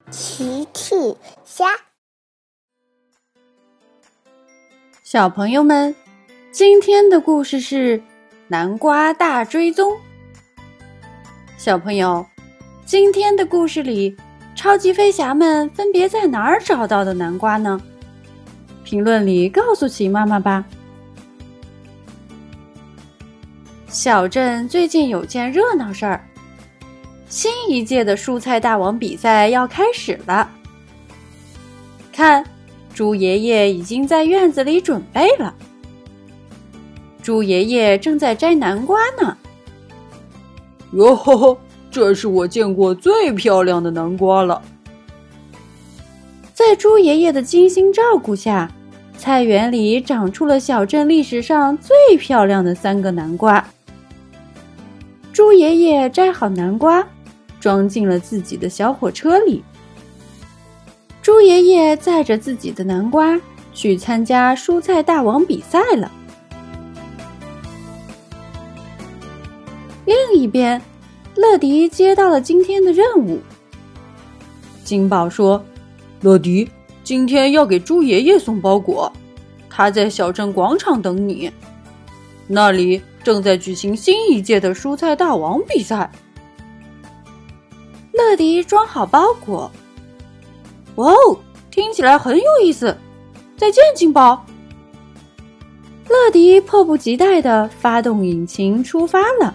奇趣虾。 小朋友们，今天的故事是南瓜大追踪。小朋友，今天的故事里，超级飞侠们分别在哪儿找到的南瓜呢？评论里告诉奇妈妈吧。小镇最近有件热闹事儿，新一届的蔬菜大王比赛要开始了。看，猪爷爷已经在院子里准备了。猪爷爷正在摘南瓜呢。 哟吼吼，这是我见过最漂亮的南瓜了。 在猪爷爷的精心照顾下，菜园里长出了小镇历史上最漂亮的3个南瓜。猪爷爷摘好南瓜，装进了自己的小火车里。猪爷爷载着自己的南瓜去参加蔬菜大王比赛了。另一边，乐迪接到了今天的任务。金宝说：“ 乐迪，今天要给猪爷爷送包裹，他在小镇广场等你，那里正在举行新一届的蔬菜大王比赛。” 乐迪装好包裹。哇哦，听起来很有意思！再见，金宝。乐迪迫不及待地发动引擎出发了。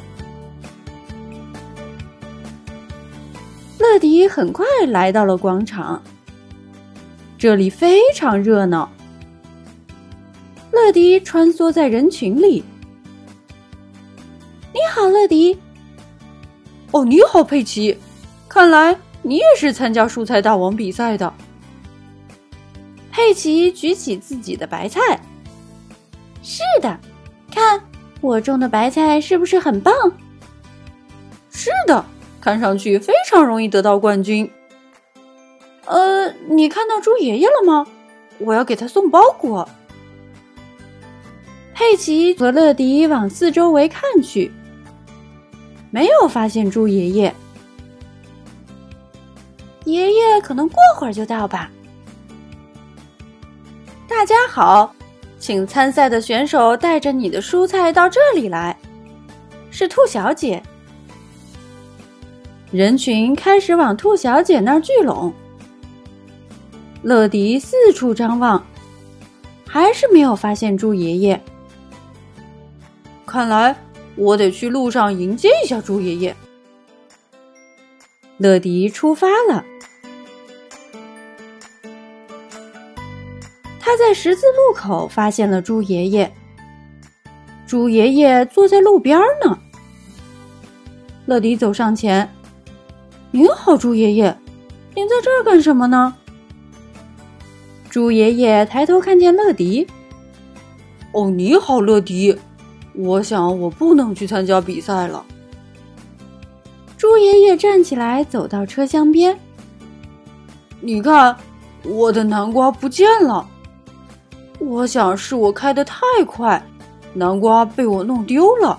乐迪很快来到了广场，这里非常热闹。乐迪穿梭在人群里。你好，乐迪。 哦，你好，佩奇。看来你也是参加蔬菜大王比赛的。 佩奇举起自己的白菜。是的，看我种的白菜是不是很棒？ 是的，看上去非常容易得到冠军。 你看到猪爷爷了吗？我要给他送包裹。佩奇和乐迪往四周围看去，没有发现猪爷爷。爷爷可能过会儿就到吧。大家好，请参赛的选手带着你的蔬菜到这里来。是兔小姐。人群开始往兔小姐那儿聚拢。乐迪四处张望，还是没有发现猪爷爷。 看来我得去路上迎接一下猪爷爷。 乐迪出发了。他在十字路口发现了猪爷爷。猪爷爷坐在路边呢。乐迪走上前：“您好，猪爷爷，您在这儿干什么呢？”猪爷爷抬头看见乐迪。 “哦，你好，乐迪，我想我不能去参加比赛了。” 猪爷爷站起来走到车厢边。 “你看，我的南瓜不见了。我想是我开得太快，南瓜被我弄丢了。”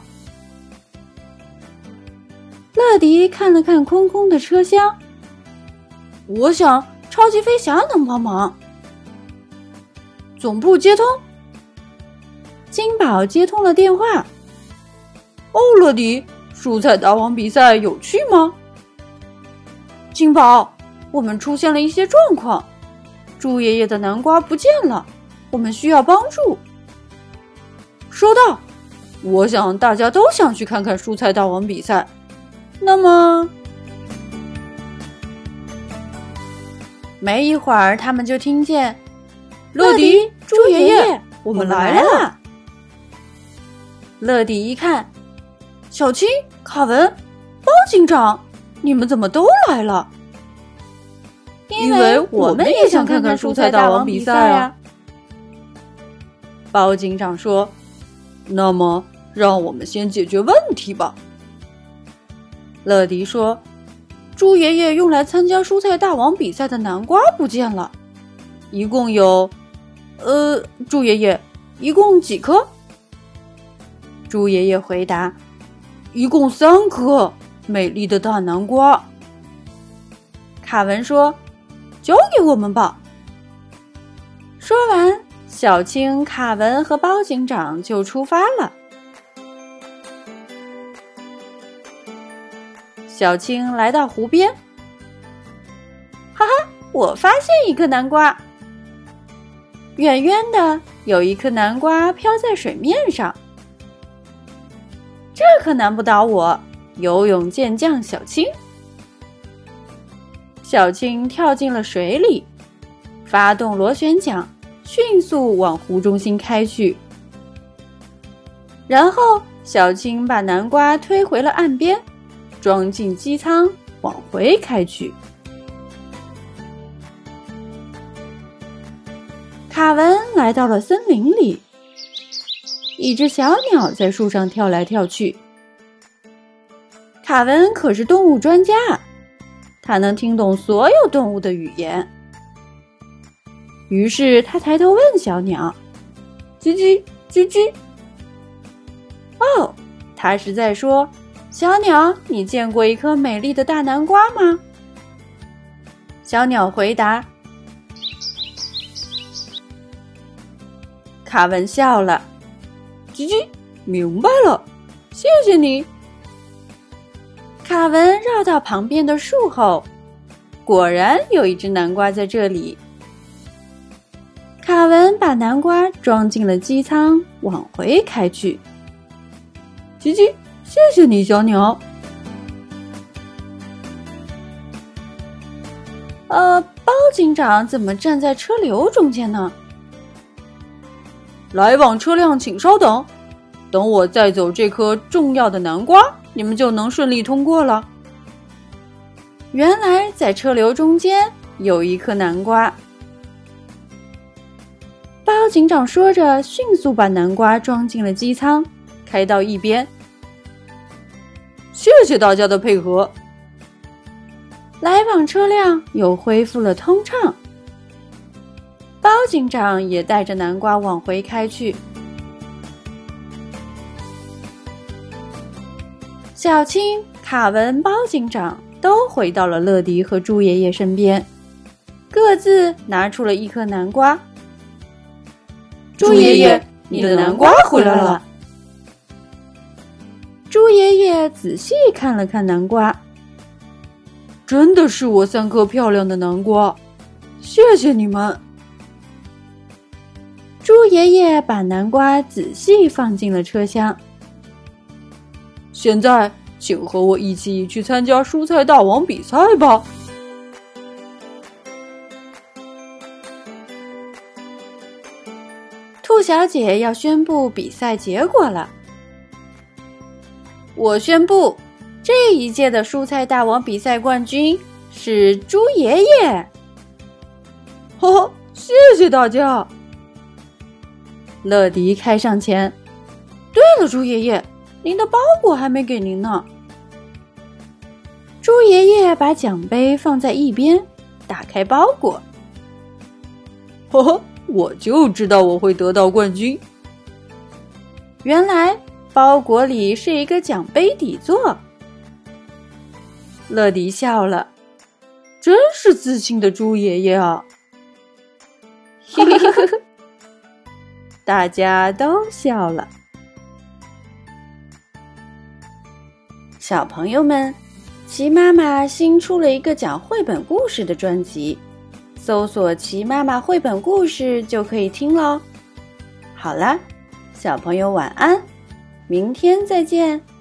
乐迪看了看空空的车厢。我想超级飞侠能帮忙。总部接通。金宝接通了电话。 “哦，乐迪，蔬菜大王比赛有趣吗？”“ 金宝，我们出现了一些状况，猪爷爷的南瓜不见了，我们需要帮助。”“ 收到，我想大家都想去看看蔬菜大王比赛。那么……” 没一会儿，他们就听见：“ 乐迪，猪爷爷，我们来了！” 乐迪一看，小青、卡文、包警长，你们怎么都来了？ 因为我们也想看看蔬菜大王比赛啊。 包警长说：“ 那么，让我们先解决问题吧。” 乐迪说：“猪爷爷用来参加蔬菜大王比赛的南瓜不见了，一共有……猪爷爷，一共几颗？”猪爷爷回答：“ 一共3颗美丽的大南瓜。” 卡文说：“交给我们吧。”说完，小青、卡文和包警长就出发了。小青来到湖边，哈哈，我发现一颗南瓜。远远的有一颗南瓜飘在水面上，这可难不倒我，游泳健将小青。小青跳进了水里，发动螺旋桨，迅速往湖中心开去。然后小青把南瓜推回了岸边，装进机舱，往回开去。卡文来到了森林里，一只小鸟在树上跳来跳去。卡文可是动物专家，他能听懂所有动物的语言。于是他抬头问小鸟：“叽叽叽叽。”哦，他是在说：“小鸟，你见过一颗美丽的大南瓜吗？”小鸟回答。卡文笑了：“叽叽，明白了，谢谢你。”卡文绕到旁边的树后，果然有一只南瓜在这里。卡文把南瓜装进了机舱，往回开去。叽叽，谢谢你，小鸟。包警长怎么站在车流中间呢？ 来往车辆请稍等，等我载走这颗重要的南瓜，你们就能顺利通过了。 原来在车流中间有一颗南瓜。包警长说着，迅速把南瓜装进了机舱，开到一边。 谢谢大家的配合。 来往车辆又恢复了通畅。包警长也带着南瓜往回开去。小青、卡文、包警长都回到了乐迪和猪爷爷身边，各自拿出了一颗南瓜。 猪爷爷，你的南瓜回来了。 猪爷爷仔细看了看南瓜， 真的是我3颗漂亮的南瓜，谢谢你们。 猪爷爷把南瓜仔细放进了车厢。 现在，请和我一起去参加蔬菜大王比赛吧。 兔小姐要宣布比赛结果了。我宣布，这一届的蔬菜大王比赛冠军是猪爷爷。 呵呵，谢谢大家。 乐迪开上前。对了，猪爷爷，您的包裹还没给您呢。猪爷爷把奖杯放在一边，打开包裹。 呵呵，我就知道我会得到冠军。 原来包裹里是一个奖杯底座。乐迪笑了， 真是自信的猪爷爷啊。 嘿嘿嘿嘿，大家都笑了。小朋友们，齐妈妈新出了一个讲绘本故事的专辑，搜索齐妈妈绘本故事就可以听咯。好啦，小朋友晚安，明天再见。